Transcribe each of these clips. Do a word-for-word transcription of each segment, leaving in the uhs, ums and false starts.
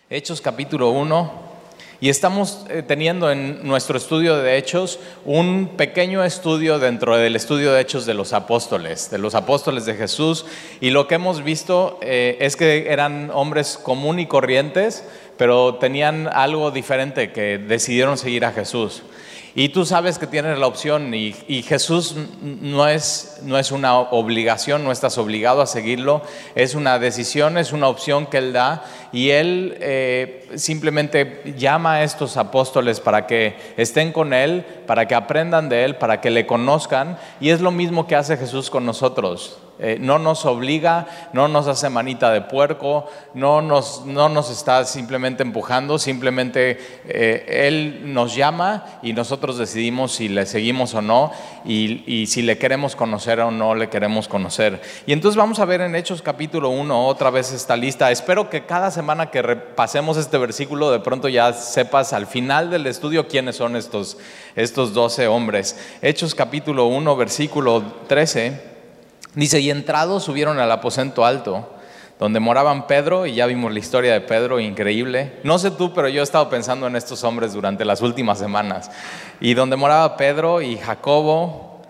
Hechos capítulo uno, y estamos eh, teniendo en nuestro estudio de Hechos un pequeño estudio dentro del estudio de Hechos de los apóstoles, de los apóstoles de Jesús, y lo que hemos visto eh, es que eran hombres común y corrientes, pero tenían algo diferente, que decidieron seguir a Jesús. Y tú sabes que tienes la opción y, y Jesús no es, no es una obligación, no estás obligado a seguirlo, es una decisión, es una opción que Él da, y Él eh, simplemente llama a estos apóstoles para que estén con Él, para que aprendan de Él, para que le conozcan, y es lo mismo que hace Jesús con nosotros. Eh, no nos obliga, no nos hace manita de puerco, no nos, no nos está simplemente empujando, simplemente eh, Él nos llama y nosotros decidimos si le seguimos o no, y, y si le queremos conocer o no le queremos conocer. Y entonces vamos a ver en Hechos capítulo uno otra vez esta lista. Espero que cada semana que repasemos este versículo de pronto ya sepas al final del estudio quiénes son estos, estos doce hombres. Hechos capítulo uno versículo trece. Dice: y entrados subieron al aposento alto, donde moraban Pedro, y ya vimos la historia de Pedro, increíble. No sé tú, pero yo he estado pensando en estos hombres durante las últimas semanas. Y donde moraba Pedro y Jacobo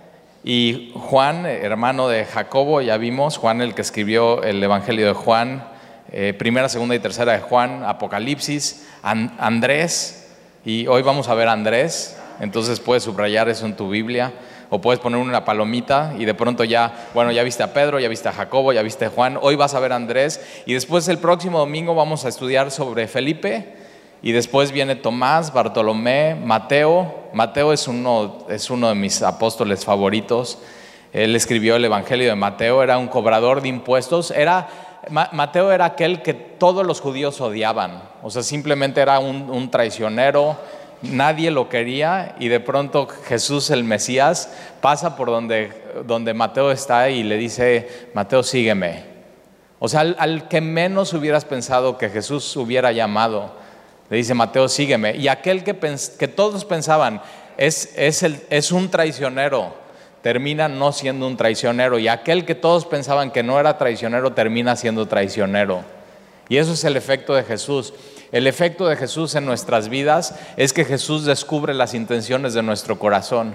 y Juan, hermano de Jacobo, ya vimos, Juan el que escribió el Evangelio de Juan, eh, primera, segunda y tercera de Juan, Apocalipsis, An- Andrés, y hoy vamos a ver a Andrés, entonces puedes subrayar eso en tu Biblia. O puedes poner una palomita y de pronto ya, bueno, ya viste a Pedro, ya viste a Jacobo, ya viste a Juan, hoy vas a ver a Andrés, y después el próximo domingo vamos a estudiar sobre Felipe, y después viene Tomás, Bartolomé, Mateo. Mateo es uno, es uno de mis apóstoles favoritos. Él escribió el Evangelio de Mateo, era un cobrador de impuestos. Era, Mateo era aquel que todos los judíos odiaban, o sea, simplemente era un, un traicionero. Nadie lo quería, y de pronto Jesús, el Mesías, pasa por donde, donde Mateo está y le dice: Mateo, sígueme. O sea, al, al que menos hubieras pensado que Jesús hubiera llamado, le dice: Mateo, sígueme. Y aquel que, pens, que todos pensaban es, es, el, es un traicionero, termina no siendo un traicionero, y aquel que todos pensaban que no era traicionero termina siendo traicionero. Y eso es el efecto de Jesús. El efecto de Jesús en nuestras vidas es que Jesús descubre las intenciones de nuestro corazón.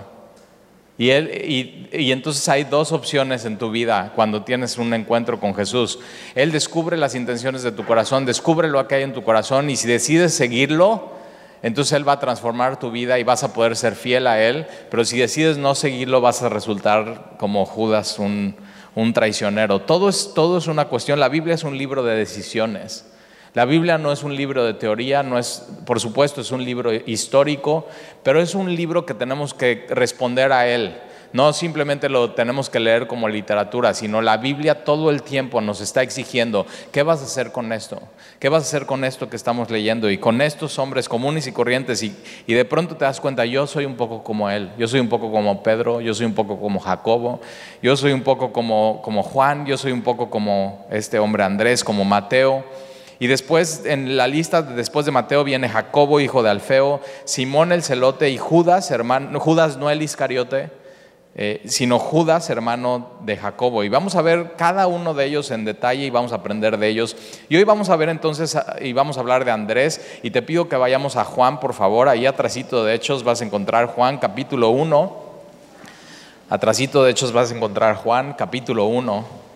Y, él, y, y entonces hay dos opciones en tu vida cuando tienes un encuentro con Jesús. Él descubre las intenciones de tu corazón, descubre lo que hay en tu corazón, y si decides seguirlo, entonces Él va a transformar tu vida y vas a poder ser fiel a Él. Pero si decides no seguirlo, vas a resultar como Judas, un, un traicionero. Todo es, todo es una cuestión. La Biblia es un libro de decisiones. La Biblia no es un libro de teoría, no es, por supuesto, es un libro histórico, pero es un libro que tenemos que responder a él. No simplemente lo tenemos que leer como literatura, sino la Biblia todo el tiempo nos está exigiendo: ¿qué vas a hacer con esto? ¿Qué vas a hacer con esto que estamos leyendo? Y con estos hombres comunes y corrientes, y, y de pronto te das cuenta: yo soy un poco como él, yo soy un poco como Pedro, yo soy un poco como Jacobo, yo soy un poco como, como Juan, yo soy un poco como este hombre Andrés, como Mateo. Y después en la lista, después de Mateo, viene Jacobo, hijo de Alfeo, Simón el celote, y Judas, hermano, Judas no el Iscariote, eh, sino Judas, hermano de Jacobo. Y vamos a ver cada uno de ellos en detalle y vamos a aprender de ellos. Y hoy vamos a ver entonces, y vamos a hablar de Andrés, y te pido que vayamos a Juan, por favor. Ahí atrasito de Hechos vas a encontrar Juan capítulo uno. Atrasito de Hechos vas a encontrar Juan capítulo uno.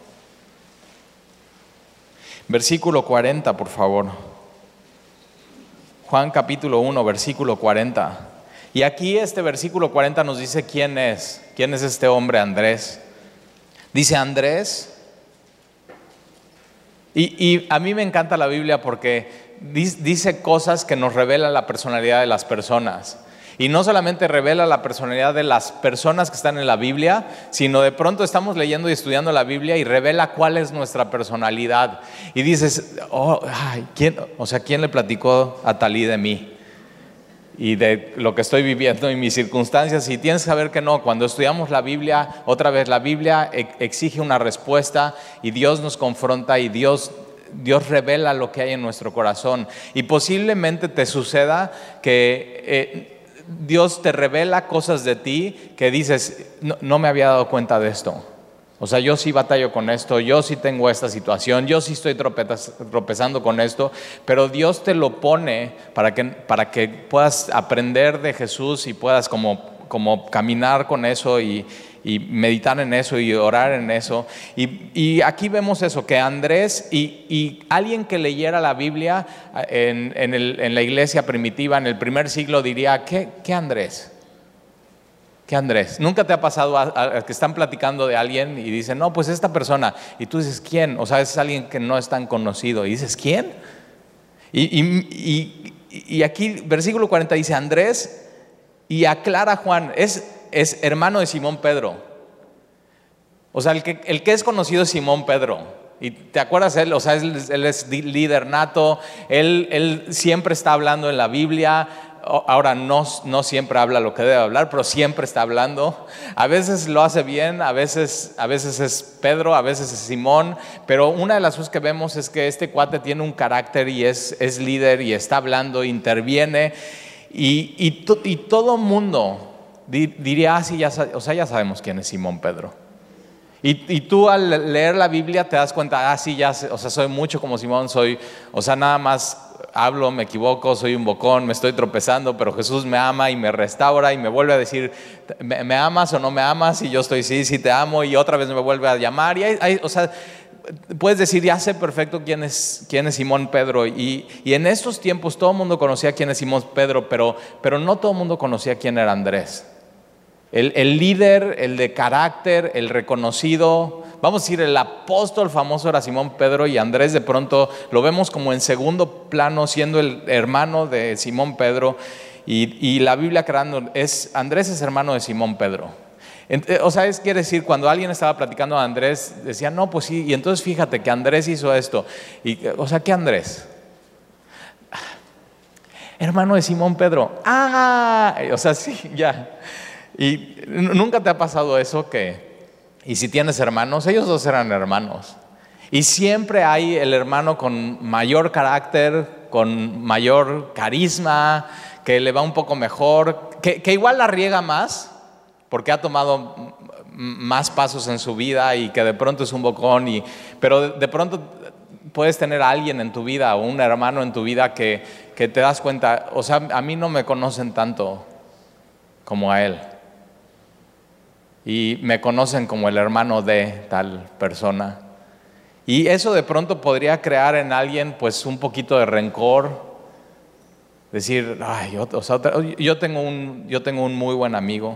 Versículo cuarenta, por favor. Juan capítulo uno, versículo cuarenta. Y aquí este versículo cuarenta nos dice quién es. ¿Quién es este hombre Andrés? Dice Andrés. Y, y a mí me encanta la Biblia porque dice cosas que nos revelan la personalidad de las personas. Y no solamente revela la personalidad de las personas que están en la Biblia, sino de pronto estamos leyendo y estudiando la Biblia y revela cuál es nuestra personalidad. Y dices: oh, ay, ¿quién? O sea, ¿quién le platicó a Talí de mí? Y de lo que estoy viviendo y mis circunstancias. Y tienes que saber que no, cuando estudiamos la Biblia, otra vez la Biblia exige una respuesta, y Dios nos confronta, y Dios... Dios revela lo que hay en nuestro corazón. Y posiblemente te suceda que... Eh, Dios te revela cosas de ti que dices: no, no me había dado cuenta de esto. O sea, yo sí batallo con esto, yo sí tengo esta situación, yo sí estoy tropezas- tropezando con esto, pero Dios te lo pone para que, para que puedas aprender de Jesús y puedas como, como caminar con eso y, y meditar en eso y orar en eso. Y, y aquí vemos eso, que Andrés y, y alguien que leyera la Biblia en, en, el, en la iglesia primitiva, en el primer siglo, diría, ¿qué, qué Andrés? ¿Qué Andrés? ¿Nunca te ha pasado a, a, que están platicando de alguien y dicen, no, pues esta persona, y tú dices, ¿quién? O sea, es alguien que no es tan conocido, y dices, ¿quién? Y, y, y, y aquí, versículo cuarenta dice, Andrés, y aclara Juan, es, es hermano de Simón Pedro. O sea, el que, el que es conocido es Simón Pedro. Y te acuerdas él, o sea, él, él es líder nato, él, él siempre está hablando en la Biblia. Ahora no, no siempre habla lo que debe hablar, pero siempre está hablando. A veces lo hace bien, a veces, a veces es Pedro, a veces es Simón, pero una de las cosas que vemos es que este cuate tiene un carácter y es, es líder y está hablando, interviene y, y, to, y todo mundo di, diría, ah, sí, ya, o sea, ya sabemos quién es Simón Pedro. Y, y tú al leer la Biblia te das cuenta, ah, sí, ya, o sea, soy mucho como Simón, soy, o sea, nada más hablo, me equivoco, soy un bocón, me estoy tropezando, pero Jesús me ama y me restaura y me vuelve a decir, ¿me, me amas o no me amas? Y yo estoy, sí, sí te amo, y otra vez me vuelve a llamar. Y hay, hay, o sea, puedes decir, ya sé perfecto quién es, quién es Simón Pedro. Y, y en estos tiempos todo el mundo conocía quién es Simón Pedro, pero, pero no todo el mundo conocía quién era Andrés. El, el líder, el de carácter, el reconocido, vamos a decir el apóstol famoso era Simón Pedro, y Andrés de pronto lo vemos como en segundo plano siendo el hermano de Simón Pedro, y, y la Biblia creando, es, Andrés es hermano de Simón Pedro. O sea, es, quiere decir, cuando alguien estaba platicando a Andrés, decía, no, pues sí, y entonces fíjate que Andrés hizo esto, y, o sea, ¿qué Andrés? Hermano de Simón Pedro, ah, o sea, sí, ya. Y nunca te ha pasado eso que, y si tienes hermanos, ellos dos eran hermanos, y siempre hay el hermano con mayor carácter, con mayor carisma, que le va un poco mejor, que, que igual la riega más, porque ha tomado más pasos en su vida y que de pronto es un bocón, y, pero de, de pronto puedes tener a alguien en tu vida o un hermano en tu vida que, que te das cuenta, o sea, a mí no me conocen tanto como a él. Y me conocen como el hermano de tal persona. Y eso de pronto podría crear en alguien pues un poquito de rencor. Decir, ay, yo, o sea, yo, tengo un, yo tengo un muy buen amigo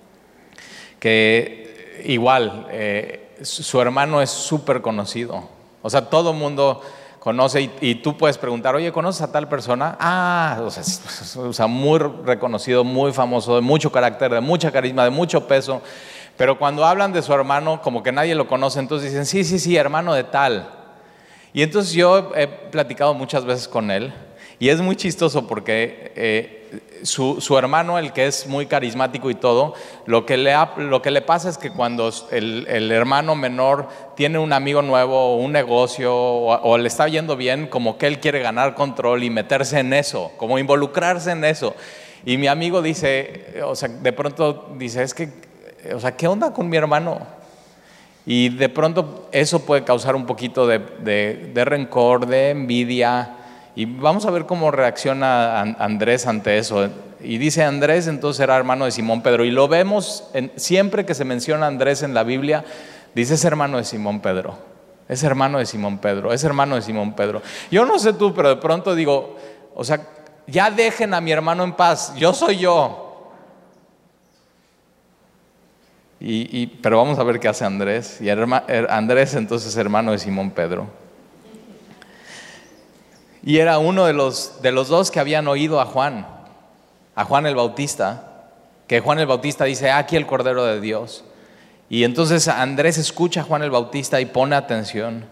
que igual, eh, su hermano es súper conocido. O sea, todo el mundo conoce y, y tú puedes preguntar, oye, ¿conoces a tal persona? Ah, o sea, o sea, muy reconocido, muy famoso, de mucho carácter, de mucha carisma, de mucho peso. Pero cuando hablan de su hermano, como que nadie lo conoce, entonces dicen, sí, sí, sí, hermano de tal. Y entonces yo he platicado muchas veces con él, y es muy chistoso porque eh, su, su hermano, el que es muy carismático y todo, lo que le, ha, lo que le pasa es que cuando el, el hermano menor tiene un amigo nuevo, o un negocio, o, o le está yendo bien, como que él quiere ganar control y meterse en eso, como involucrarse en eso. Y mi amigo dice, o sea, de pronto dice, es que, o sea, ¿qué onda con mi hermano? Y de pronto eso puede causar un poquito de, de, de rencor, de envidia. Y vamos a ver cómo reacciona Andrés ante eso. Y dice Andrés, entonces era hermano de Simón Pedro. Y lo vemos en, siempre que se menciona Andrés en la Biblia, dice es hermano de Simón Pedro. Es hermano de Simón Pedro, es hermano de Simón Pedro. Yo no sé tú, pero de pronto digo, o sea, ya dejen a mi hermano en paz, yo soy yo. Y, y, pero vamos a ver qué hace Andrés. Y herma, Andrés entonces hermano de Simón Pedro. Y era uno de los, de los dos que habían oído a Juan, a Juan el Bautista, que Juan el Bautista dice, ah, aquí el Cordero de Dios. Y entonces Andrés escucha a Juan el Bautista y pone atención.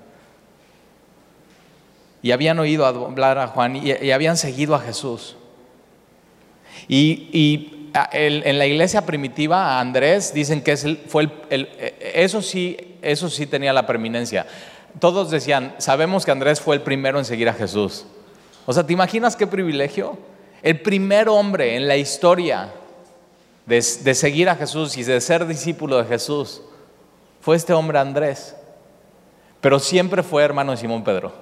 Y habían oído hablar a Juan y, y habían seguido a Jesús. Y... y El, en la iglesia primitiva a Andrés dicen que es el, fue el, el, eso sí, eso sí tenía la preeminencia. Todos decían, sabemos que Andrés fue el primero en seguir a Jesús. O sea, ¿te imaginas qué privilegio? El primer hombre en la historia de, de seguir a Jesús y de ser discípulo de Jesús. fue este hombre Andrés, pero siempre fue hermano de Simón Pedro.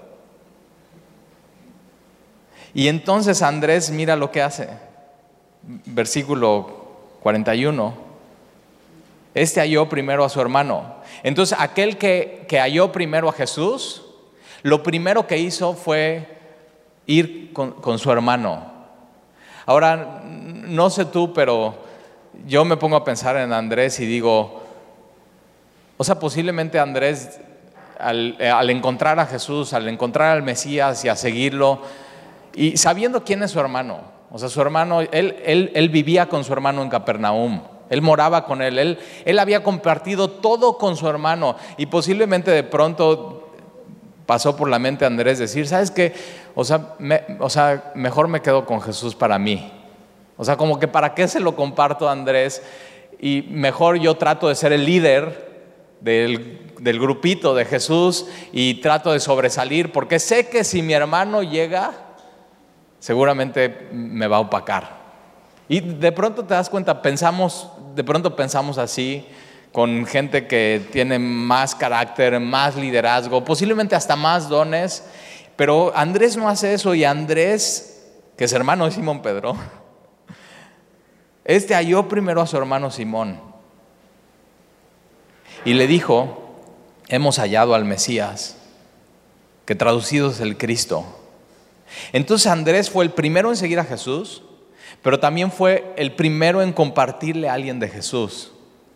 Y entonces Andrés, mira lo que hace, versículo cuarenta y uno, este halló primero a su hermano. Entonces aquel que, que halló primero a Jesús, lo primero que hizo fue ir con, con su hermano. Ahora, no sé tú, pero yo me pongo a pensar en Andrés y digo, o sea, posiblemente Andrés, al, al encontrar a Jesús, al encontrar al Mesías y a seguirlo, y sabiendo quién es su hermano, o sea, su hermano, él, él, él vivía con su hermano en Capernaum, él moraba con él, él, él había compartido todo con su hermano, y posiblemente de pronto pasó por la mente a Andrés decir, ¿sabes qué? O sea, me, o sea, mejor me quedo con Jesús para mí. O sea, como que para qué se lo comparto a Andrés, y mejor yo trato de ser el líder del, del grupito de Jesús y trato de sobresalir, porque sé que si mi hermano llega, seguramente me va a opacar. Y de pronto te das cuenta, pensamos, de pronto pensamos así, con gente que tiene más carácter, más liderazgo, posiblemente hasta más dones, pero Andrés no hace eso. Y Andrés, que es hermano de Simón Pedro, este halló primero a su hermano Simón y le dijo, hemos hallado al Mesías, que traducido es el Cristo. Entonces Andrés fue el primero en seguir a Jesús, pero también fue el primero en compartirle a alguien de Jesús.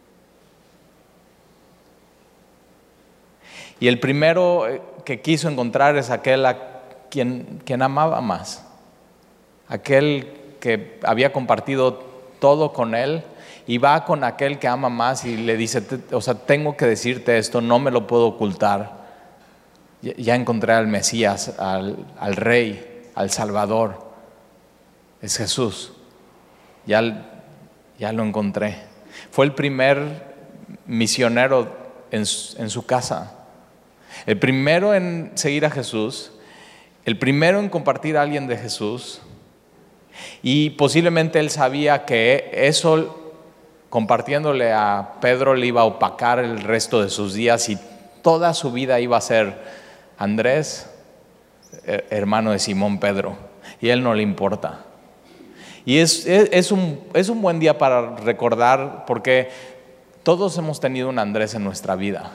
Y el primero que quiso encontrar es aquel a quien, quien amaba más, aquel que había compartido todo con él, y va con aquel que ama más y le dice, o sea, tengo que decirte esto, no me lo puedo ocultar. Ya encontré al Mesías, al, al Rey, al Salvador, es Jesús, ya, ya lo encontré. Fue el primer misionero en, en su casa, el primero en seguir a Jesús, el primero en compartir a alguien de Jesús, y posiblemente él sabía que eso, compartiéndole a Pedro, le iba a opacar el resto de sus días y toda su vida iba a ser Andrés, hermano de Simón Pedro, y a él no le importa. Y es, es, es, un, es un buen día para recordar, porque todos hemos tenido un Andrés en nuestra vida.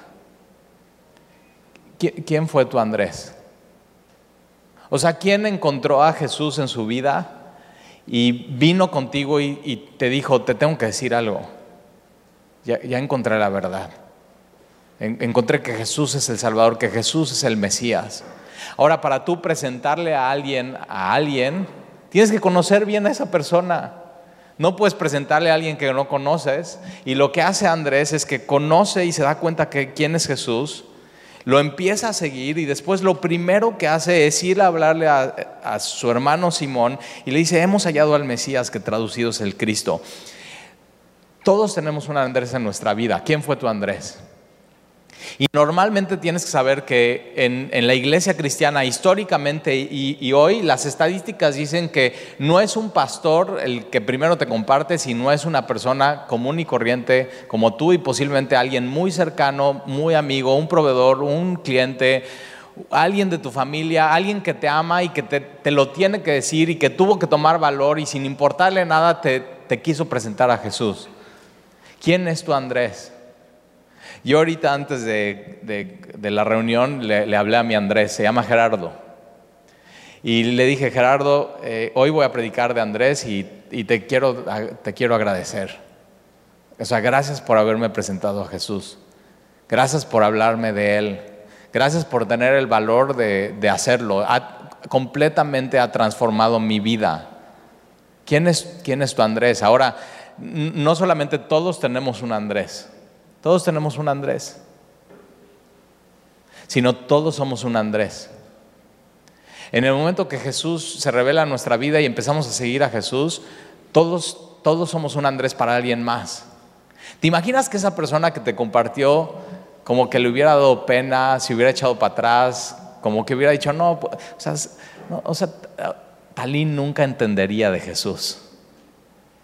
¿Quién fue tu Andrés? O sea, ¿quién encontró a Jesús en su vida y vino contigo y, y te dijo, te tengo que decir algo? Ya, ya encontré la verdad. Encontré que Jesús es el Salvador, que Jesús es el Mesías. Ahora, para tú presentarle a alguien, a alguien, tienes que conocer bien a esa persona. No puedes presentarle a alguien que no conoces. Y lo que hace Andrés es que conoce y se da cuenta que quién es Jesús, lo empieza a seguir, y después lo primero que hace es ir a hablarle a, a su hermano Simón y le dice, hemos hallado al Mesías, que traducido es el Cristo. Todos tenemos un Andrés en nuestra vida. ¿Quién fue tu Andrés? Y normalmente tienes que saber que en, en la iglesia cristiana, históricamente y, y hoy, las estadísticas dicen que no es un pastor el que primero te comparte, sino es una persona común y corriente como tú, y posiblemente alguien muy cercano, muy amigo, un proveedor, un cliente, alguien de tu familia, alguien que te ama y que te, te lo tiene que decir y que tuvo que tomar valor y sin importarle nada te, te quiso presentar a Jesús. ¿Quién es tu Andrés? Yo ahorita antes de, de, de la reunión le, le hablé a mi Andrés, se llama Gerardo, y le dije, Gerardo, eh, hoy voy a predicar de Andrés y, y te, quiero, te quiero agradecer. O sea, gracias por haberme presentado a Jesús, gracias por hablarme de Él, gracias por tener el valor de, de hacerlo. Ha, completamente ha transformado mi vida. ¿Quién es, quién es tu Andrés? Ahora, no solamente todos tenemos un Andrés, todos tenemos un Andrés, sino todos somos un Andrés. En el momento que Jesús se revela en nuestra vida y empezamos a seguir a Jesús, todos, todos somos un Andrés para alguien más. ¿Te imaginas que esa persona que te compartió, como que le hubiera dado pena, se hubiera echado para atrás, como que hubiera dicho, no, o sea, no, o sea Talín nunca entendería de Jesús?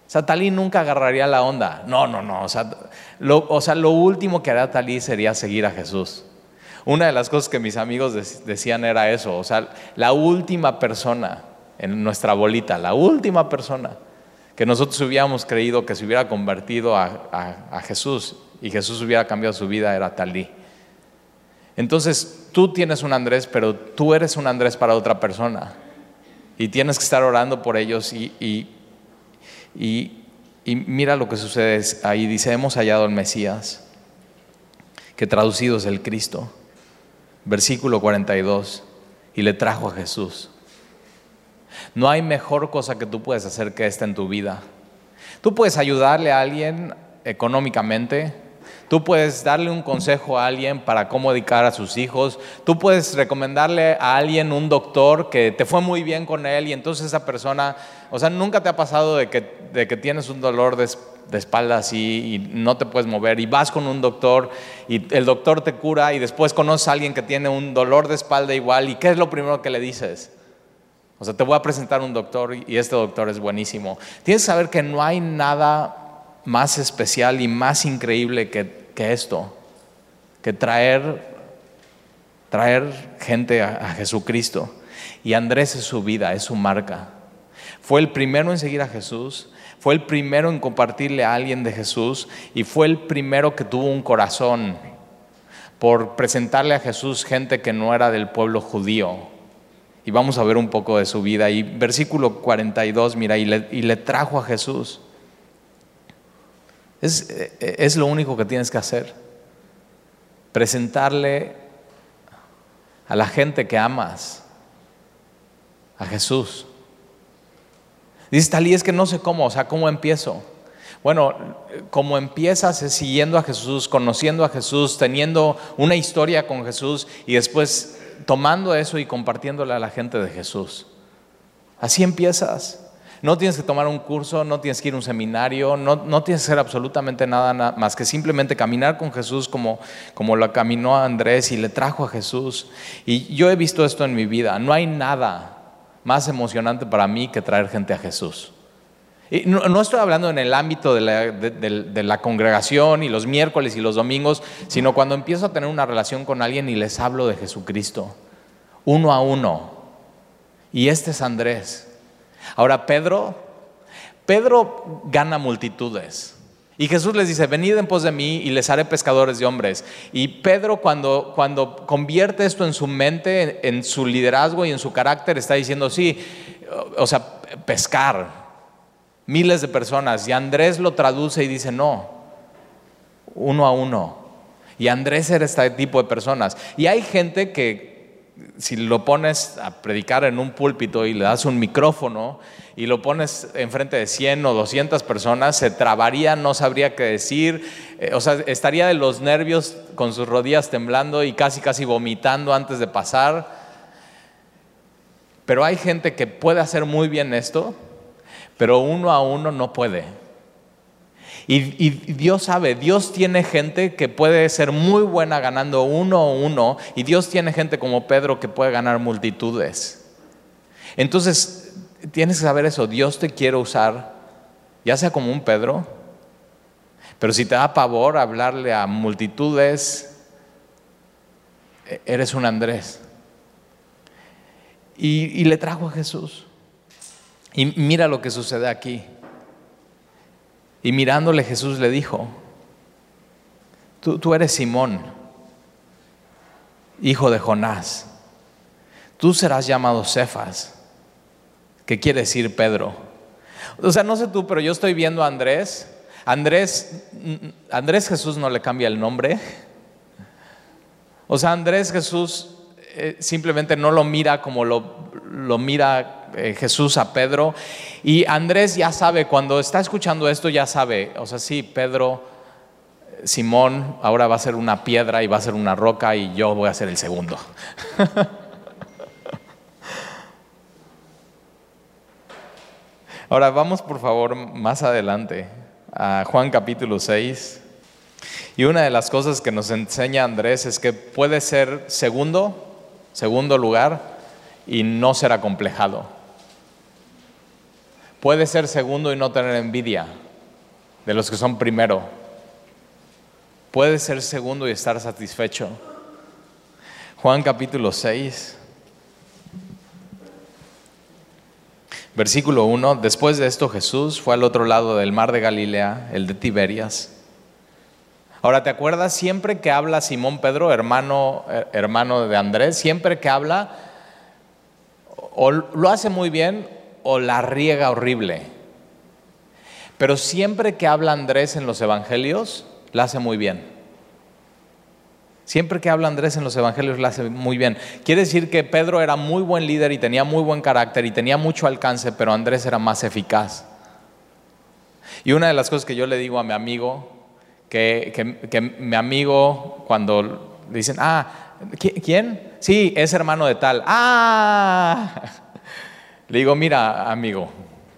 O sea, Talí nunca agarraría la onda. No, no, no. O sea, lo, o sea, lo último que haría Talí sería seguir a Jesús. Una de las cosas que mis amigos decían era eso. O sea, la última persona en nuestra bolita, la última persona que nosotros hubiéramos creído que se hubiera convertido a, a, a Jesús y Jesús hubiera cambiado su vida era Talí. Entonces, tú tienes un Andrés, pero tú eres un Andrés para otra persona. Y tienes que estar orando por ellos y... y Y, y mira lo que sucede ahí, dice, hemos hallado al Mesías, que traducido es el Cristo. Versículo cuarenta y dos, y le trajo a Jesús. No hay mejor cosa que tú puedes hacer que esta en tu vida. Tú puedes ayudarle a alguien económicamente, tú puedes darle un consejo a alguien para cómo educar a sus hijos, tú puedes recomendarle a alguien un doctor que te fue muy bien con él y entonces esa persona, o sea, nunca te ha pasado de que, de que tienes un dolor de, de espalda así y no te puedes mover y vas con un doctor y el doctor te cura y después conoces a alguien que tiene un dolor de espalda igual y ¿qué es lo primero que le dices? O sea, te voy a presentar un doctor y este doctor es buenísimo. Tienes que saber que no hay nada más especial y más increíble que, que esto, que traer, traer gente a, a Jesucristo. Y Andrés es su vida, es su marca. Fue el primero en seguir a Jesús, fue el primero en compartirle a alguien de Jesús y fue el primero que tuvo un corazón por presentarle a Jesús gente que no era del pueblo judío. Y vamos a ver un poco de su vida. Y versículo cuarenta y dos, mira, y le, y le trajo a Jesús. Es, es lo único que tienes que hacer. Presentarle a la gente que amas a Jesús. Dice Talí, es que no sé cómo, o sea, ¿cómo empiezo? Bueno, como empiezas es siguiendo a Jesús, conociendo a Jesús, teniendo una historia con Jesús y después tomando eso y compartiéndole a la gente de Jesús. Así empiezas. No tienes que tomar un curso, no tienes que ir a un seminario, no, no tienes que hacer absolutamente nada, nada más que simplemente caminar con Jesús como, como lo caminó Andrés y le trajo a Jesús. Y yo he visto esto en mi vida, no hay nada más emocionante para mí que traer gente a Jesús. Y no, no estoy hablando en el ámbito de la, de, de, de la congregación y los miércoles y los domingos, sino cuando empiezo a tener una relación con alguien y les hablo de Jesucristo, uno a uno. Y este es Andrés. Ahora Pedro, Pedro gana multitudes y Jesús les dice, venid en pos de mí y les haré pescadores de hombres. Y Pedro cuando, cuando convierte esto en su mente, en su liderazgo y en su carácter, está diciendo sí, o sea, pescar miles de personas. Y Andrés lo traduce y dice no, uno a uno. Y Andrés era este tipo de personas. Y hay gente que si lo pones a predicar en un púlpito y le das un micrófono y lo pones enfrente de cien o doscientas personas, se trabaría, no sabría qué decir, eh, o sea, estaría de los nervios con sus rodillas temblando y casi casi vomitando antes de pasar. Pero hay gente que puede hacer muy bien esto, pero uno a uno no puede. Y, y Dios sabe, Dios tiene gente que puede ser muy buena ganando uno a uno y Dios tiene gente como Pedro que puede ganar multitudes. Entonces tienes que saber eso, Dios te quiere usar, ya sea como un Pedro, pero si te da pavor hablarle a multitudes, eres un Andrés. Y, y le trajo a Jesús. Y mira lo que sucede aquí. Y mirándole Jesús le dijo, tú, tú eres Simón, hijo de Jonás, tú serás llamado Cefas, que quiere decir Pedro. O sea, no sé tú, pero yo estoy viendo a Andrés. Andrés, Andrés Jesús no le cambia el nombre. O sea, Andrés Jesús eh, simplemente no lo mira como lo, lo mira eh, Jesús a Pedro. Y Andrés ya sabe, cuando está escuchando esto ya sabe, o sea, sí, Pedro, Simón ahora va a ser una piedra y va a ser una roca y yo voy a ser el segundo. Ahora vamos por favor más adelante a Juan capítulo seis. Y una de las cosas que nos enseña Andrés es que puede ser segundo, segundo lugar y no ser acomplejado. Puede ser segundo y no tener envidia de los que son primero. Puede ser segundo y estar satisfecho. Juan capítulo seis, versículo uno. Después de esto Jesús fue al otro lado del mar de Galilea, el de Tiberias. Ahora, ¿te acuerdas? Siempre que habla Simón Pedro, hermano, hermano de Andrés, siempre que habla, o lo hace muy bien o la riega horrible. Pero siempre que habla Andrés en los evangelios, la hace muy bien. Siempre que habla Andrés en los evangelios, la hace muy bien. Quiere decir que Pedro era muy buen líder y tenía muy buen carácter y tenía mucho alcance, pero Andrés era más eficaz. Y una de las cosas que yo le digo a mi amigo, que, que, que mi amigo cuando le dicen, ah, ¿quién? Sí, es hermano de tal. Ah, le digo, mira, amigo,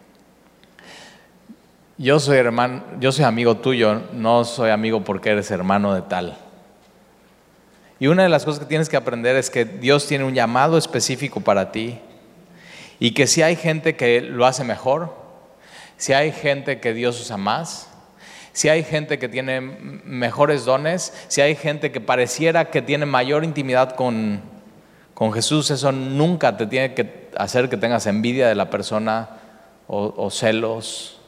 yo soy hermano, yo soy amigo tuyo, no soy amigo porque eres hermano de tal. Y una de las cosas que tienes que aprender es que Dios tiene un llamado específico para ti y que si hay gente que lo hace mejor, si hay gente que Dios usa más, si hay gente que tiene mejores dones, si hay gente que pareciera que tiene mayor intimidad con, con Jesús, eso nunca te tiene que hacer que tengas envidia de la persona o, o celos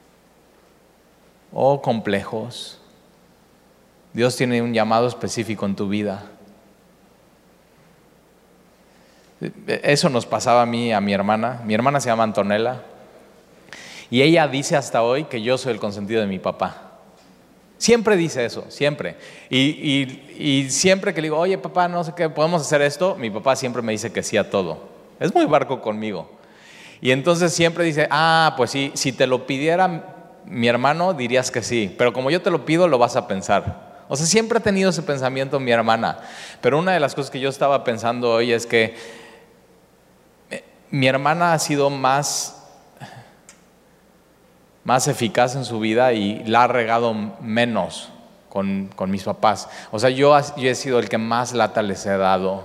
o complejos. Dios tiene un llamado específico en tu vida. Eso nos pasaba a mí, a mi hermana. Mi hermana se llama Antonella. Y ella dice hasta hoy que yo soy el consentido de mi papá. Siempre dice eso, siempre. Y, y, y siempre que le digo, oye papá, no sé qué, ¿podemos hacer esto? Mi papá siempre me dice que sí a todo. Es muy barco conmigo. Y entonces siempre dice, ah, pues sí, si te lo pidiera mi hermano, dirías que sí. Pero como yo te lo pido, lo vas a pensar. O sea, siempre ha tenido ese pensamiento mi hermana. Pero una de las cosas que yo estaba pensando hoy es que mi hermana ha sido más... más eficaz en su vida y la ha regado menos con, con mis papás. O sea, yo, yo he sido el que más lata les he dado.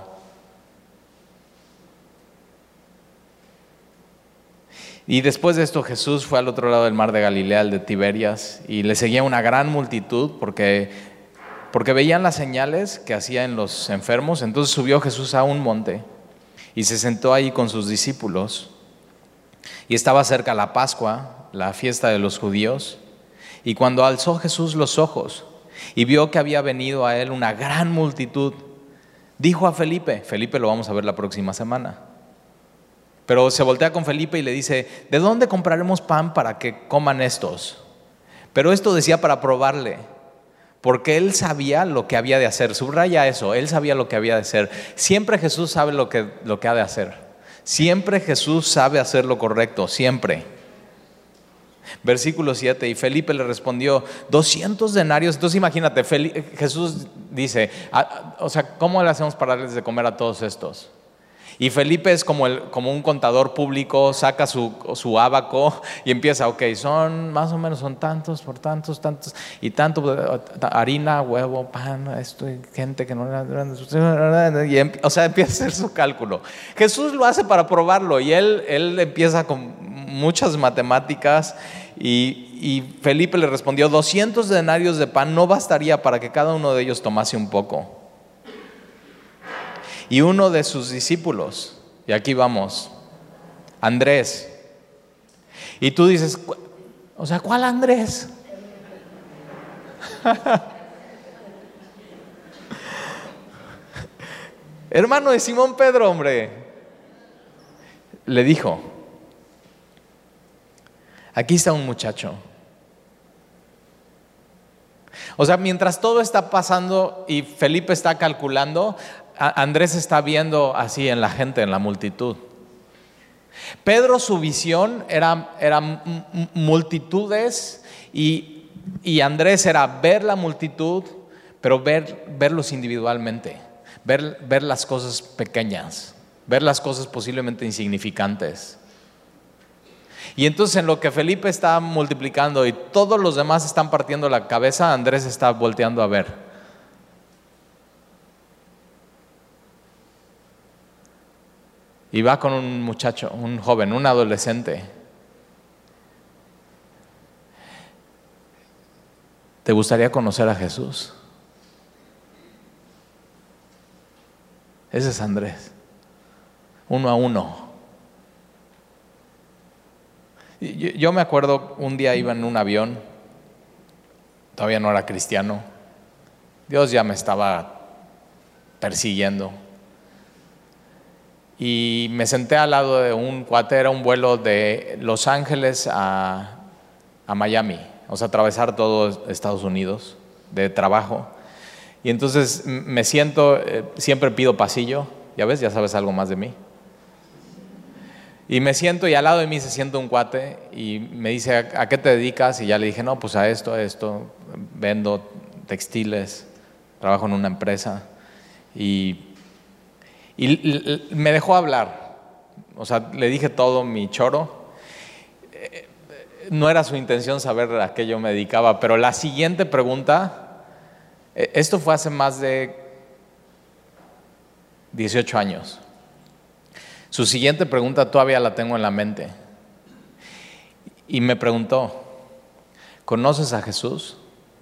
Y después de esto Jesús fue al otro lado del mar de Galilea, el de Tiberias, y le seguía una gran multitud porque, porque veían las señales que hacía en los enfermos. Entonces subió Jesús a un monte y se sentó ahí con sus discípulos. Y estaba cerca la Pascua, la fiesta de los judíos, y cuando alzó Jesús los ojos y vio que había venido a él una gran multitud, dijo a Felipe, Felipe lo vamos a ver la próxima semana, pero se voltea con Felipe y le dice, ¿de dónde compraremos pan para que coman estos? Pero esto decía para probarle, porque él sabía lo que había de hacer. Subraya eso, él sabía lo que había de hacer. Siempre Jesús sabe lo que, lo que ha de hacer. Siempre Jesús sabe hacer lo correcto, siempre. Versículo siete, y Felipe le respondió, doscientos denarios. Entonces imagínate, Felipe, Jesús dice, ah, o sea, ¿cómo le hacemos para darles de comer a todos estos? Y Felipe es como, el, como un contador público, saca su, su ábaco y empieza, ok, son más o menos, son tantos por tantos, tantos, y tanto, harina, huevo, pan, esto, y gente que no... Y, o sea, empieza a hacer su cálculo. Jesús lo hace para probarlo y él, él empieza con muchas matemáticas y, y Felipe le respondió, doscientos denarios de pan no bastaría para que cada uno de ellos tomase un poco. Y uno de sus discípulos, y aquí vamos, Andrés. Y tú dices, o sea, ¿cuál Andrés? Hermano de Simón Pedro, hombre. Le dijo, aquí está un muchacho. O sea, mientras todo está pasando y Felipe está calculando, Andrés está viendo así en la gente, en la multitud. Pedro, su visión era, era multitudes y, y Andrés era ver la multitud, pero ver, verlos individualmente, ver, ver las cosas pequeñas, ver las cosas posiblemente insignificantes. Y entonces en lo que Felipe está multiplicando y todos los demás están partiendo la cabeza, Andrés está volteando a ver. Y va con un muchacho, un joven, un adolescente. ¿Te gustaría conocer a Jesús? Ese es Andrés, uno a uno. Yo, yo me acuerdo, un día iba en un avión, todavía no era cristiano, Dios ya me estaba persiguiendo. Y me senté al lado de un cuate, era un vuelo de Los Ángeles a, a Miami, o sea, atravesar todo Estados Unidos de trabajo. Y entonces me siento, eh, siempre pido pasillo, ya ves, ya sabes algo más de mí. Y me siento y al lado de mí se sienta un cuate y me dice, ¿a, a qué te dedicas? Y ya le dije, no, pues a esto, a esto, vendo textiles, trabajo en una empresa. Y, y me dejó hablar, o sea, le dije todo mi choro. No era su intención saber a qué yo me dedicaba, pero la siguiente pregunta, esto fue hace más de dieciocho años. Su siguiente pregunta todavía la tengo en la mente. Y me preguntó, ¿conoces a Jesús?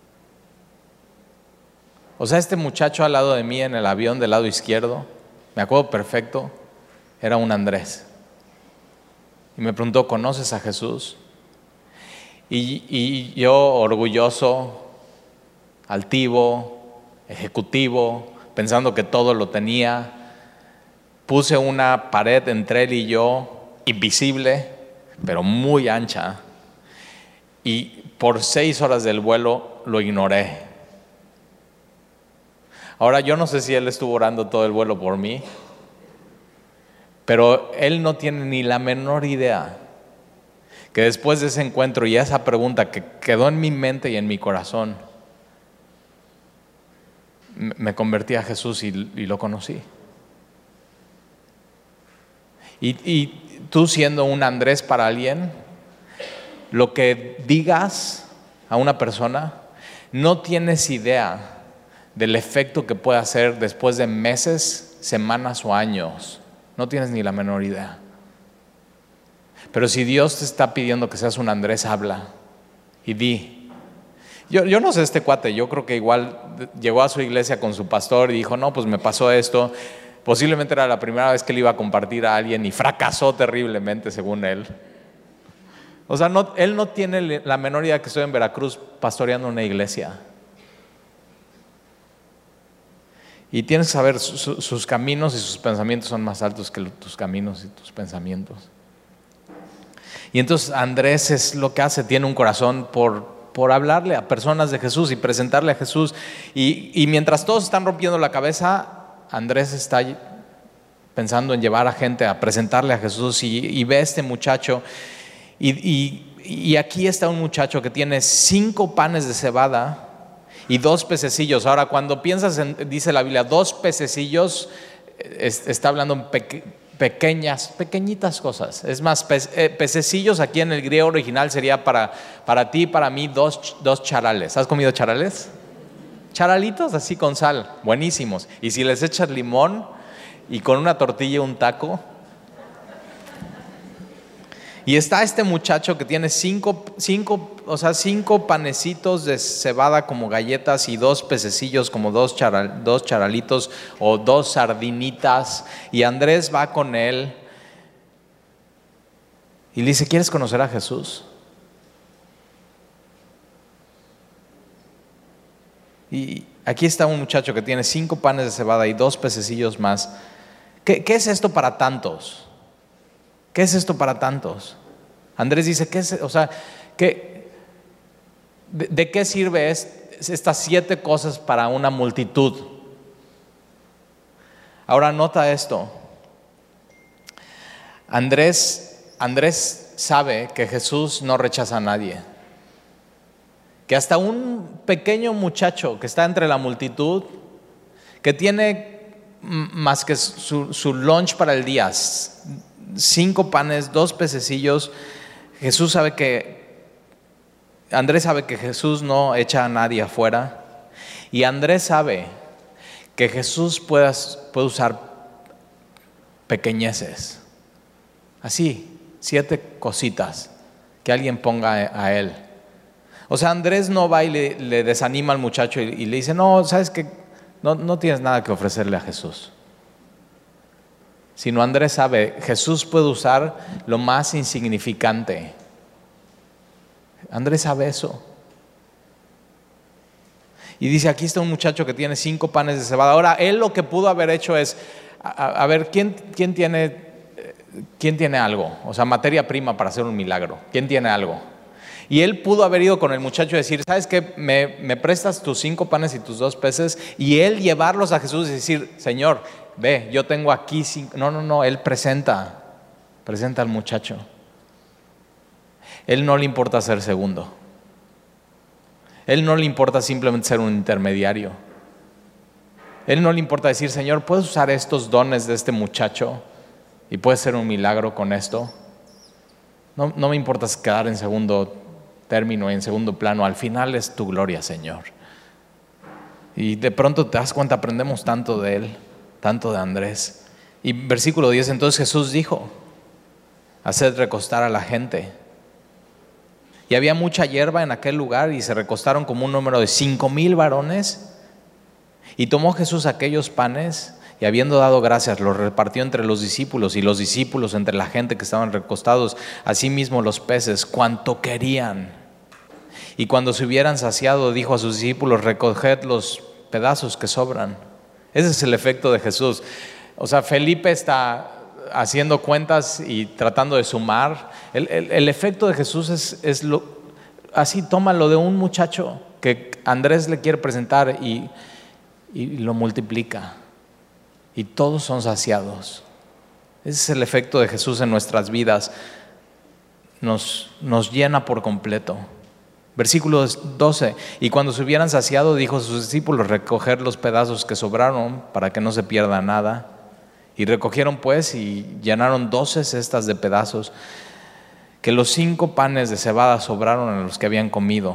O sea, este muchacho al lado de mí en el avión del lado izquierdo, me acuerdo perfecto, era un Andrés. Y me preguntó, ¿conoces a Jesús? Y, y yo, orgulloso, altivo, ejecutivo, pensando que todo lo tenía, puse una pared entre él y yo, invisible, pero muy ancha, y por seis horas del vuelo lo ignoré. Ahora, yo no sé si él estuvo orando todo el vuelo por mí, pero él no tiene ni la menor idea que después de ese encuentro y esa pregunta que quedó en mi mente y en mi corazón, me convertí a Jesús y, y lo conocí. Y, y tú siendo un Andrés para alguien, lo que digas a una persona, no tienes idea del efecto que puede hacer después de meses, semanas o años. No tienes ni la menor idea. Pero si Dios te está pidiendo que seas un Andrés, habla y di. Yo, yo no sé este cuate, yo creo que igual llegó a su iglesia con su pastor y dijo, no, pues me pasó esto. Posiblemente era la primera vez que le iba a compartir a alguien y fracasó terriblemente según él. O sea, no, él no tiene la menor idea que estoy en Veracruz pastoreando una iglesia. Y tienes que saber, su, sus caminos y sus pensamientos son más altos que tus caminos y tus pensamientos. Y entonces Andrés es lo que hace, tiene un corazón por, por hablarle a personas de Jesús y presentarle a Jesús. Y, y mientras todos están rompiendo la cabeza, Andrés está pensando en llevar a gente a presentarle a Jesús y, y ve a este muchacho. Y, y, y aquí está un muchacho que tiene cinco panes de cebada y dos pececillos. Ahora, cuando piensas en, dice la Biblia, dos pececillos, es, está hablando en peque, pequeñas, pequeñitas cosas. Es más, pe, eh, pececillos aquí en el griego original sería para, para ti y para mí dos, dos charales. ¿Has comido charales? Charalitos así con sal, buenísimos. Y si les echas limón y con una tortilla un taco. Y está este muchacho que tiene cinco, cinco, o sea, cinco panecitos de cebada como galletas y dos pececillos como dos, charal, dos charalitos o dos sardinitas. Y Andrés va con él y le dice, ¿quieres conocer a Jesús? Y aquí está un muchacho que tiene cinco panes de cebada y dos pececillos más. ¿Qué, qué es esto para tantos? ¿Qué es esto para tantos? Andrés dice, ¿qué es? O sea, ¿qué, de, ¿de qué sirve es, estas siete cosas para una multitud? Ahora nota esto. Andrés, Andrés sabe que Jesús no rechaza a nadie. Que hasta un pequeño muchacho que está entre la multitud, que tiene más que su, su lunch para el día, cinco panes, dos pececillos, Jesús sabe que, Andrés sabe que Jesús no echa a nadie afuera, y Andrés sabe que Jesús puede, puede usar pequeñeces, así, siete cositas que alguien ponga a él. O sea, Andrés no va y le, le desanima al muchacho y, y le dice, no, ¿sabes qué? No, no tienes nada que ofrecerle a Jesús. Sino Andrés sabe, Jesús puede usar lo más insignificante. Andrés sabe eso. Y dice, aquí está un muchacho que tiene cinco panes de cebada. Ahora, él lo que pudo haber hecho es, a, a ver, ¿quién, quién, tiene, ¿quién tiene algo? O sea, materia prima para hacer un milagro. ¿Quién tiene algo? Y él pudo haber ido con el muchacho y decir, ¿sabes qué? Me, me prestas tus cinco panes y tus dos peces. Y él llevarlos a Jesús y decir, Señor, ve, yo tengo aquí cinco. No, no, no, él presenta, presenta al muchacho. Él no le importa ser segundo. Él no le importa simplemente ser un intermediario. Él no le importa decir, Señor, ¿puedes usar estos dones de este muchacho y puedes hacer un milagro con esto? No, no me importa quedar en segundo término, en segundo plano. Al final es tu gloria, Señor. Y de pronto te das cuenta, aprendemos tanto de él, tanto de Andrés. Y versículo diez, entonces Jesús dijo, haced recostar a la gente. Y había mucha hierba en aquel lugar y se recostaron como un número de cinco mil varones. Y tomó Jesús aquellos panes y habiendo dado gracias, los repartió entre los discípulos y los discípulos entre la gente que estaban recostados. Asimismo los peces, cuanto querían. Y cuando se hubieran saciado, dijo a sus discípulos, recoged los pedazos que sobran. Ese es el efecto de Jesús. O sea, Felipe está haciendo cuentas y tratando de sumar. El, el, el efecto de Jesús es, es lo, así, toma lo de un muchacho que Andrés le quiere presentar y, y lo multiplica. Y todos son saciados. Ese es el efecto de Jesús en nuestras vidas. Nos, nos llena por completo. Versículo doce, y cuando se hubieran saciado, dijo a sus discípulos, recoger los pedazos que sobraron para que no se pierda nada. Y recogieron pues y llenaron doce cestas de pedazos, que los cinco panes de cebada sobraron a los que habían comido.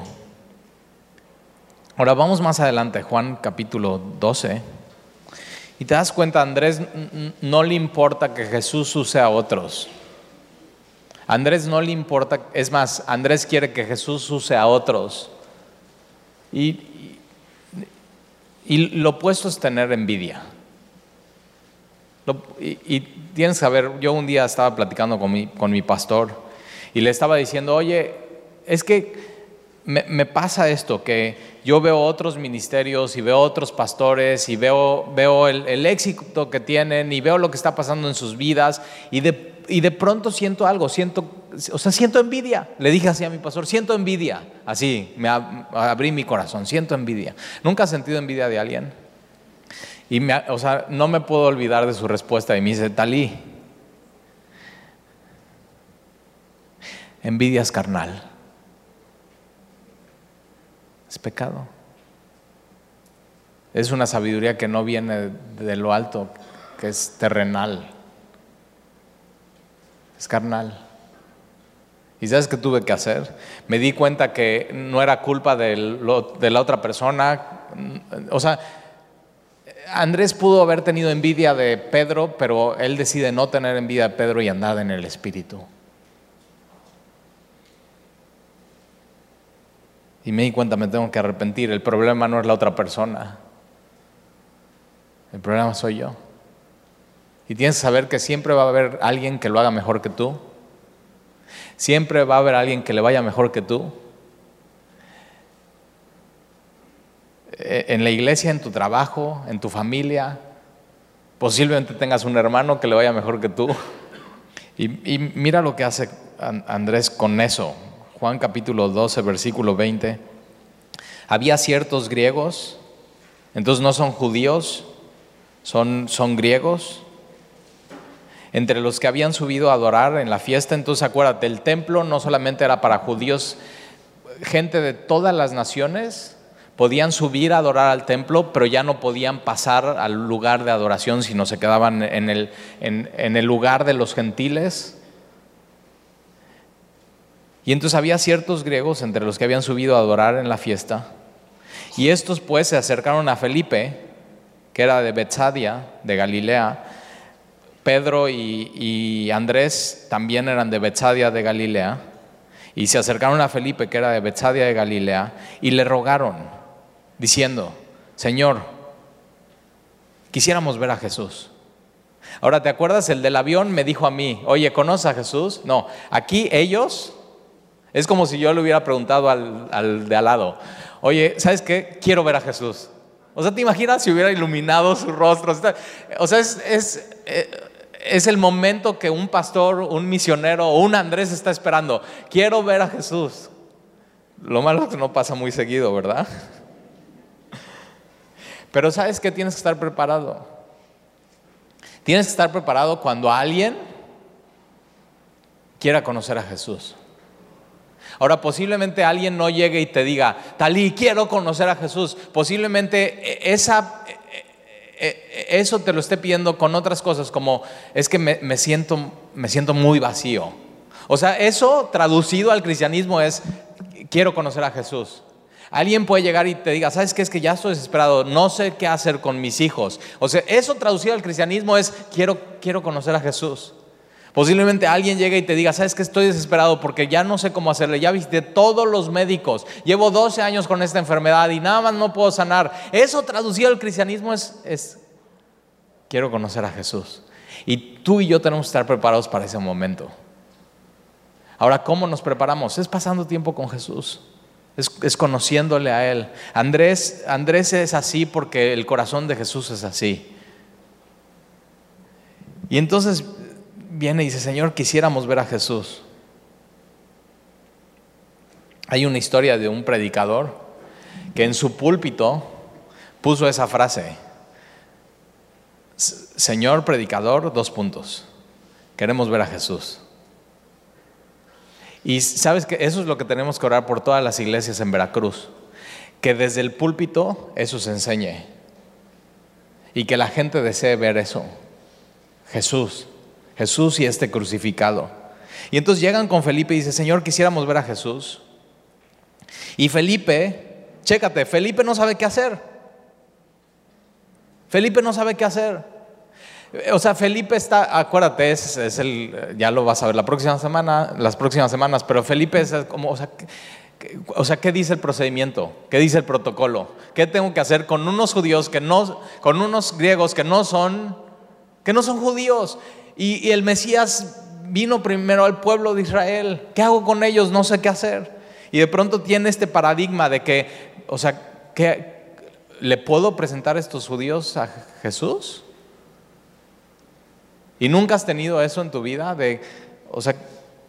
Ahora vamos más adelante, Juan capítulo doce, y te das cuenta, a Andrés no le importa que Jesús use a otros. A Andrés no le importa, es más, Andrés quiere que Jesús use a otros. Y, y, y lo opuesto es tener envidia. Lo, y, y tienes que saber, yo un día estaba platicando con mi, con mi pastor y le estaba diciendo, oye, es que me, me pasa esto, que yo veo otros ministerios y veo otros pastores y veo, veo el, el éxito que tienen y veo lo que está pasando en sus vidas y de, y de pronto siento algo, siento, o sea, siento envidia. Le dije así a mi pastor, siento envidia, así, me ab, abrí mi corazón, siento envidia. ¿Nunca has sentido envidia de alguien? Y me, o sea, no me puedo olvidar de su respuesta y me dice, Talí, envidia es carnal, es pecado, es una sabiduría que no viene de lo alto, que es terrenal, es carnal. ¿Y sabes qué tuve que hacer? Me di cuenta que no era culpa de, lo, de la otra persona. O sea, Andrés pudo haber tenido envidia de Pedro, pero él decide no tener envidia de Pedro y andar en el Espíritu. Y me di cuenta, me tengo que arrepentir. El problema no es la otra persona. El problema soy yo. Y tienes que saber que siempre va a haber alguien que lo haga mejor que tú. Siempre va a haber alguien que le vaya mejor que tú. En la iglesia, en tu trabajo, en tu familia, posiblemente tengas un hermano que le vaya mejor que tú. Y, y mira lo que hace Andrés con eso. Juan capítulo doce, versículo veinte. Había ciertos griegos, entonces no son judíos, son, son griegos, entre los que habían subido a adorar en la fiesta. Entonces acuérdate, el templo no solamente era para judíos, gente de todas las naciones podían subir a adorar al templo, pero ya no podían pasar al lugar de adoración, sino se quedaban en el, en, en el lugar de los gentiles. Y entonces había ciertos griegos entre los que habían subido a adorar en la fiesta. Y estos pues se acercaron a Felipe, que era de Betsaida, de Galilea. Pedro y, y Andrés también eran de Betsaida, de Galilea. Y se acercaron a Felipe, que era de Betsaida de Galilea, y le rogaron, diciendo: Señor, quisiéramos ver a Jesús. Ahora, ¿te acuerdas? El del avión me dijo a mí: oye, ¿conoces a Jesús? No, aquí ellos, es como si yo le hubiera preguntado al, al de al lado: oye, ¿sabes qué? Quiero ver a Jesús. O sea, ¿te imaginas si hubiera iluminado su rostro? O sea, es, es, es el momento que un pastor, un misionero o un Andrés está esperando. Quiero ver a Jesús. Lo malo es que no pasa muy seguido, ¿verdad? Pero ¿sabes qué? Tienes que estar preparado. Tienes que estar preparado cuando alguien quiera conocer a Jesús. Ahora, posiblemente alguien no llegue y te diga: Talí, quiero conocer a Jesús. Posiblemente esa, eso te lo esté pidiendo con otras cosas, como: es que me, me, siento, me siento muy vacío. O sea, eso traducido al cristianismo es: quiero conocer a Jesús. Alguien puede llegar y te diga: ¿sabes qué? Es que ya estoy desesperado, no sé qué hacer con mis hijos. O sea, eso traducido al cristianismo es: quiero, quiero conocer a Jesús. Posiblemente alguien llegue y te diga: ¿sabes qué? Estoy desesperado porque ya no sé cómo hacerle. Ya visité todos los médicos, llevo doce años con esta enfermedad y nada más no puedo sanar. Eso traducido al cristianismo es, es quiero conocer a Jesús. Y tú y yo tenemos que estar preparados para ese momento. Ahora, ¿cómo nos preparamos? Es pasando tiempo con Jesús. Es, es conociéndole a Él. Andrés, Andrés es así porque el corazón de Jesús es así. Y entonces viene y dice: Señor, quisiéramos ver a Jesús. Hay una historia de un predicador que en su púlpito puso esa frase: Señor predicador, dos puntos, queremos ver a Jesús. Y sabes que eso es lo que tenemos que orar por todas las iglesias en Veracruz, que desde el púlpito eso se enseñe y que la gente desee ver eso, Jesús, Jesús y este crucificado. Y entonces llegan con Felipe y dicen: Señor, quisiéramos ver a Jesús. Y Felipe, chécate, Felipe no sabe qué hacer. Felipe no sabe qué hacer. O sea, Felipe está, acuérdate, es, es el, ya lo vas a ver la próxima semana, las próximas semanas, pero Felipe es como, o sea, ¿qué, o sea, ¿qué dice el procedimiento? ¿Qué dice el protocolo? ¿Qué tengo que hacer con unos judíos que no, con unos griegos que no son, que no son judíos? Y, y el Mesías vino primero al pueblo de Israel. ¿Qué hago con ellos? No sé qué hacer. Y de pronto tiene este paradigma de que, o sea, ¿qué, ¿le puedo presentar a estos judíos a Jesús? ¿Y nunca has tenido eso en tu vida? De, o sea,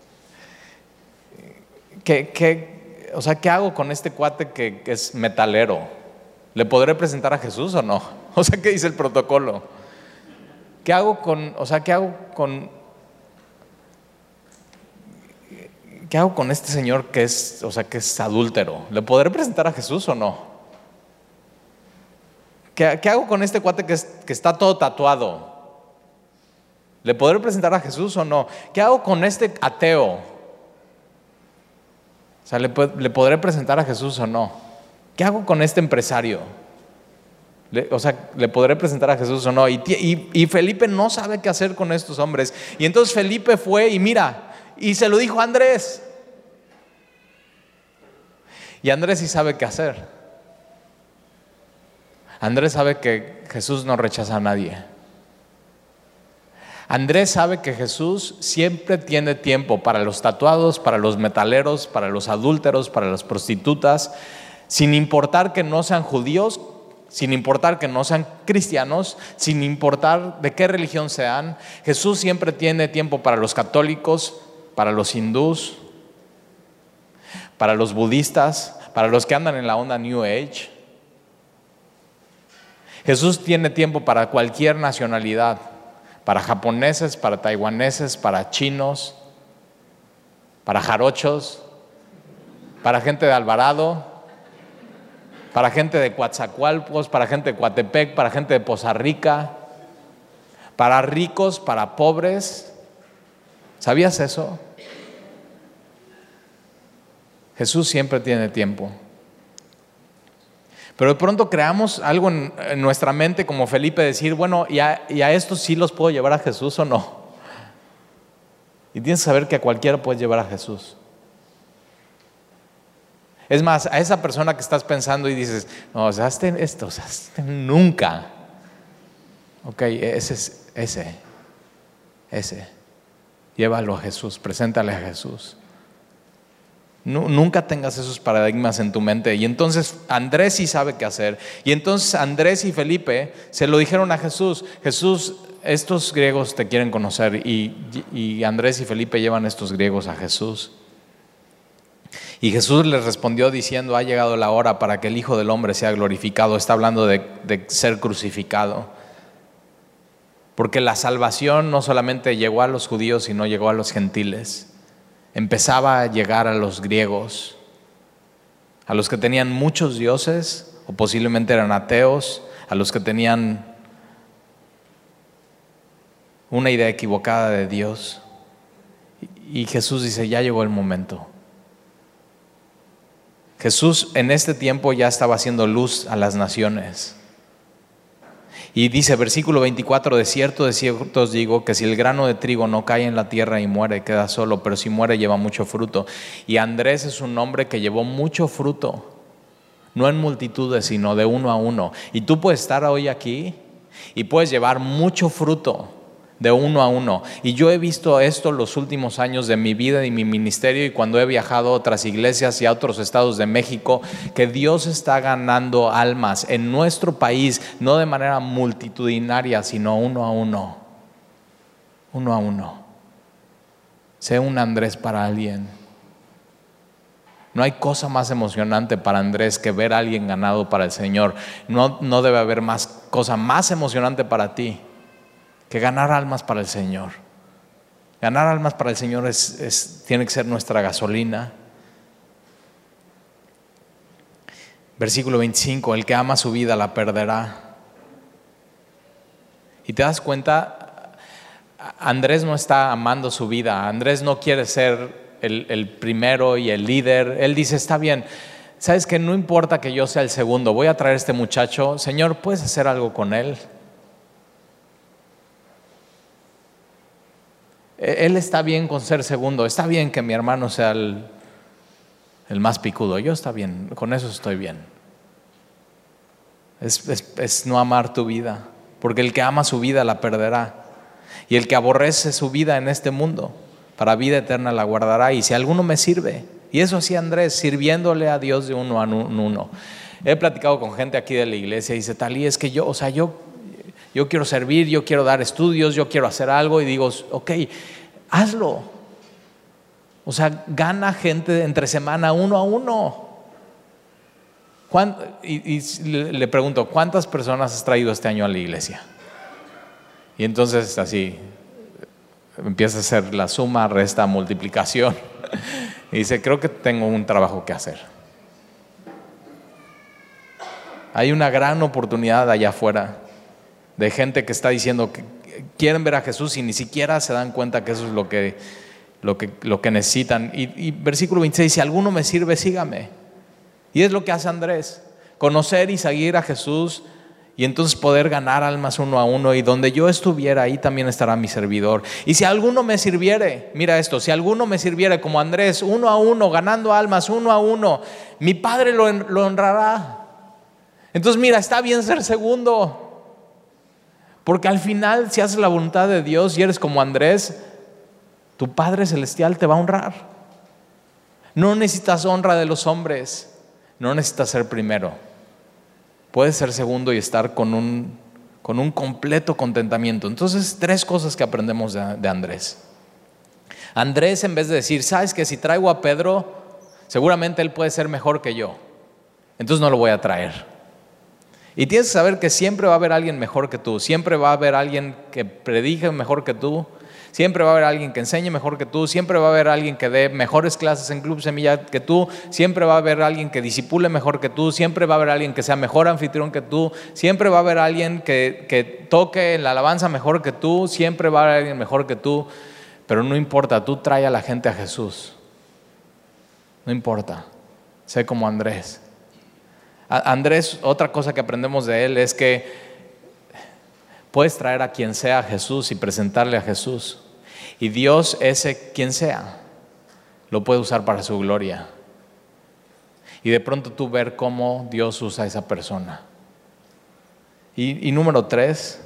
¿qué, qué, o sea, ¿qué hago con este cuate que, que es metalero? ¿Le podré presentar a Jesús o no? O sea, ¿qué dice el protocolo? ¿Qué hago con, o sea, qué hago con, qué hago con este señor que es, o sea, que es adúltero? ¿Le podré presentar a Jesús o no? ¿Qué, qué hago con este cuate que, es, que está todo tatuado? ¿Le podré presentar a Jesús o no? ¿Qué hago con este ateo? O sea, ¿le, ¿le podré presentar a Jesús o no? ¿Qué hago con este empresario? Le, o sea, ¿le podré presentar a Jesús o no? Y, y, y Felipe no sabe qué hacer con estos hombres. Y entonces Felipe fue y mira, y se lo dijo a Andrés. Y Andrés sí sabe qué hacer. Andrés sabe que Jesús no rechaza a nadie. Andrés sabe que Jesús siempre tiene tiempo para los tatuados, para los metaleros, para los adúlteros, para las prostitutas, sin importar que no sean judíos, sin importar que no sean cristianos, sin importar de qué religión sean. Jesús siempre tiene tiempo para los católicos, para los hindús, para los budistas, para los que andan en la onda New Age. Jesús tiene tiempo para cualquier nacionalidad. Para japoneses, para taiwaneses, para chinos, para jarochos, para gente de Alvarado, para gente de Coatzacoalcos, para gente de Coatepec, para gente de Poza Rica, para ricos, para pobres. ¿Sabías eso? Jesús siempre tiene tiempo. Pero de pronto creamos algo en, en nuestra mente como Felipe, decir: bueno, ¿y a, ¿y a estos sí los puedo llevar a Jesús o no? Y tienes que saber que a cualquiera puedes llevar a Jesús. Es más, a esa persona que estás pensando y dices, no, o sea, hazte esto, o sea, hazte nunca. Ok, ese es, ese, ese. Llévalo a Jesús, preséntale a Jesús. No, nunca tengas esos paradigmas en tu mente. Y entonces Andrés sí sabe qué hacer. Y entonces Andrés y Felipe se lo dijeron a Jesús. Jesús, estos griegos te quieren conocer. Y, y Andrés y Felipe llevan a estos griegos a Jesús. Y Jesús les respondió diciendo, ha llegado la hora para que el Hijo del Hombre sea glorificado. Está hablando de, de ser crucificado. Porque la salvación no solamente llegó a los judíos, sino llegó a los gentiles. Empezaba a llegar a los griegos, a los que tenían muchos dioses o posiblemente eran ateos, a los que tenían una idea equivocada de Dios. Y Jesús dice, ya llegó el momento. Jesús en este tiempo ya estaba haciendo luz a las naciones. Y dice, versículo veinticuatro, de cierto, de cierto os digo que si el grano de trigo no cae en la tierra y muere, queda solo, pero si muere lleva mucho fruto. Y Andrés es un hombre que llevó mucho fruto, no en multitudes, sino de uno a uno. Y tú puedes estar hoy aquí y puedes llevar mucho fruto de uno a uno. Y yo he visto esto los últimos años de mi vida y mi ministerio, y cuando he viajado a otras iglesias y a otros estados de México, que Dios está ganando almas en nuestro país, no de manera multitudinaria, sino uno a uno. Uno a uno. Sé un Andrés para alguien. No hay cosa más emocionante para Andrés que ver a alguien ganado para el Señor. No, no debe haber más cosa más emocionante para ti que ganar almas para el Señor. Ganar almas para el Señor es, es, tiene que ser nuestra gasolina. Versículo veinticinco, el que ama su vida la perderá. Y te das cuenta, Andrés no está amando su vida. Andrés no quiere ser el, el primero y el líder. Él dice, está bien, sabes que no importa que yo sea el segundo, voy a traer a este muchacho. Señor, ¿puedes hacer algo con él? Él está bien con ser segundo. Está bien que mi hermano sea el, el más picudo. Yo está bien, con eso estoy bien. Es, es, es no amar tu vida, porque el que ama su vida la perderá, y el que aborrece su vida en este mundo, para vida eterna la guardará. Y si alguno me sirve, y eso hacía Andrés, sirviéndole a Dios de uno a uno. He platicado con gente aquí de la iglesia y dice, Talí, es que yo, o sea, yo Yo quiero servir, yo quiero dar estudios, yo quiero hacer algo. Y digo, ok, hazlo. O sea, gana gente entre semana uno a uno. Y, y le pregunto, ¿cuántas personas has traído este año a la iglesia? Y entonces así empieza a hacer la suma, resta, multiplicación. Y dice, creo que tengo un trabajo que hacer. Hay una gran oportunidad allá afuera de gente que está diciendo que quieren ver a Jesús y ni siquiera se dan cuenta que eso es lo que, lo que, lo que necesitan. Y, y versículo veintiséis, si alguno me sirve, sígame. Y es lo que hace Andrés, conocer y seguir a Jesús, y entonces poder ganar almas uno a uno. Y donde yo estuviera, ahí también estará mi servidor. Y si alguno me sirviere, mira esto, si alguno me sirviere como Andrés, uno a uno, ganando almas uno a uno, mi Padre lo, lo honrará. Entonces mira, está bien ser segundo, porque al final, si haces la voluntad de Dios y eres como Andrés, tu Padre Celestial te va a honrar. No necesitas honra de los hombres, no necesitas ser primero. Puedes ser segundo y estar con un, con un completo contentamiento. Entonces, tres cosas que aprendemos de, de Andrés. Andrés, en vez de decir, sabes que si traigo a Pedro, seguramente él puede ser mejor que yo, entonces no lo voy a traer. Y tienes que saber que siempre va a haber alguien mejor que tú, siempre va a haber alguien que predique mejor que tú, siempre va a haber alguien que enseñe mejor que tú, siempre va a haber alguien que dé mejores clases en Club Semilla que tú, siempre va a haber alguien que disipule mejor que tú, siempre va a haber alguien que sea mejor anfitrión que tú, siempre va a haber alguien que, que toque en la alabanza mejor que tú, siempre va a haber alguien mejor que tú. Pero no importa, tú trae a la gente a Jesús. No importa, sé como Andrés. Andrés, otra cosa que aprendemos de él es que puedes traer a quien sea a Jesús y presentarle a Jesús, y Dios, ese quien sea, lo puede usar para su gloria. Y de pronto tú ver cómo Dios usa a esa persona. Y, y número tres,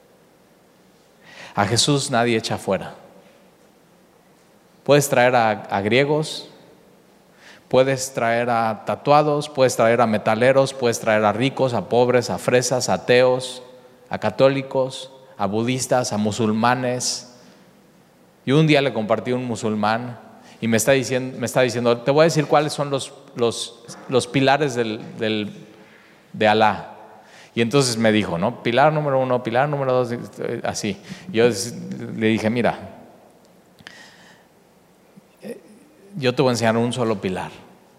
a Jesús nadie echa fuera. Puedes traer a, a griegos, puedes traer a tatuados, puedes traer a metaleros, puedes traer a ricos, a pobres, a fresas, a ateos, a católicos, a budistas, a musulmanes. Y un día le compartí a un musulmán y me está diciendo, me está diciendo te voy a decir cuáles son los, los, los pilares del, del, de Alá. Y entonces me dijo, ¿no? Pilar número uno, pilar número dos, así. Yo le dije, mira, yo te voy a enseñar un solo pilar.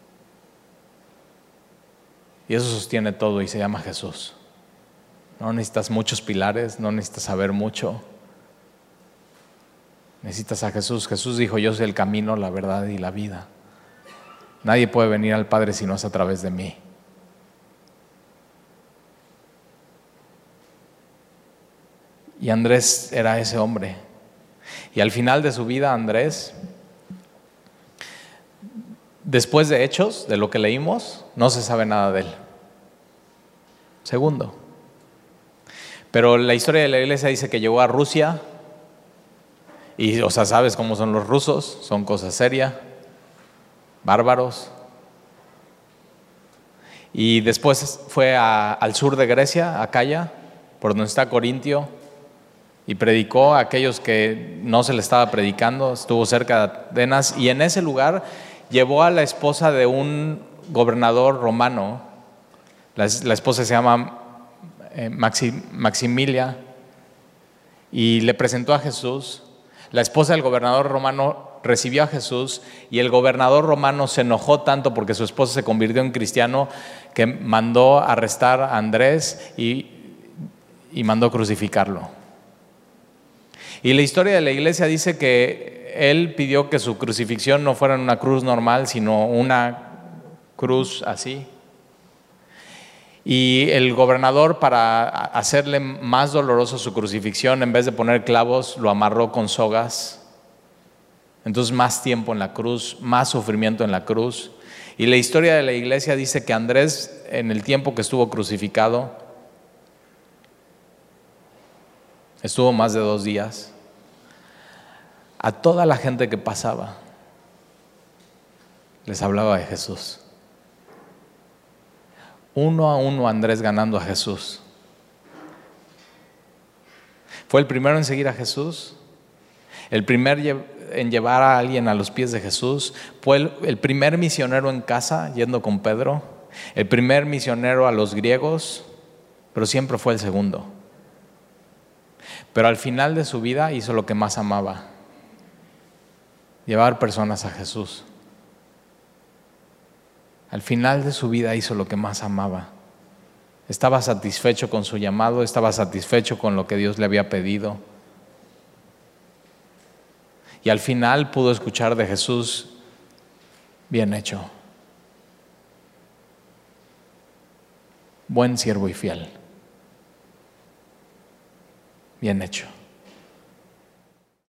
Y eso sostiene todo y se llama Jesús. No necesitas muchos pilares, no necesitas saber mucho. Necesitas a Jesús. Jesús dijo, yo soy el camino, la verdad y la vida. Nadie puede venir al Padre si no es a través de mí. Y Andrés era ese hombre. Y al final de su vida, Andrés, después de Hechos, de lo que leímos, no se sabe nada de él. Segundo. Pero la historia de la iglesia dice que llegó a Rusia. Y, o sea, sabes cómo son los rusos, son cosa seria, bárbaros. Y después fue a, al sur de Grecia, a Acaya, por donde está Corintio, y predicó a aquellos que no se le estaba predicando, estuvo cerca de Atenas, y en ese lugar llevó a la esposa de un gobernador romano, la, la esposa se llama eh, Maxi, Maximilia, y le presentó a Jesús. La esposa del gobernador romano recibió a Jesús y el gobernador romano se enojó tanto porque su esposa se convirtió en cristiano que mandó arrestar a Andrés y, y mandó crucificarlo. Y la historia de la iglesia dice que él pidió que su crucifixión no fuera una cruz normal, sino una cruz así. Y el gobernador, para hacerle más doloroso su crucifixión, en vez de poner clavos, lo amarró con sogas. Entonces más tiempo en la cruz, más sufrimiento en la cruz. Y la historia de la iglesia dice que Andrés, en el tiempo que estuvo crucificado, estuvo más de dos días. A toda la gente que pasaba les hablaba de Jesús. Uno a uno Andrés ganando a Jesús. Fue el primero en seguir a Jesús, el primer en llevar a alguien a los pies de Jesús, fue el, el primer misionero en casa yendo con Pedro, el primer misionero a los griegos, pero siempre fue el segundo. Pero al final de su vida hizo lo que más amaba: llevar personas a Jesús. Al final de su vida hizo lo que más amaba. Estaba satisfecho con su llamado, estaba satisfecho con lo que Dios le había pedido. Y al final pudo escuchar de Jesús: bien hecho, buen siervo y fiel. Bien hecho.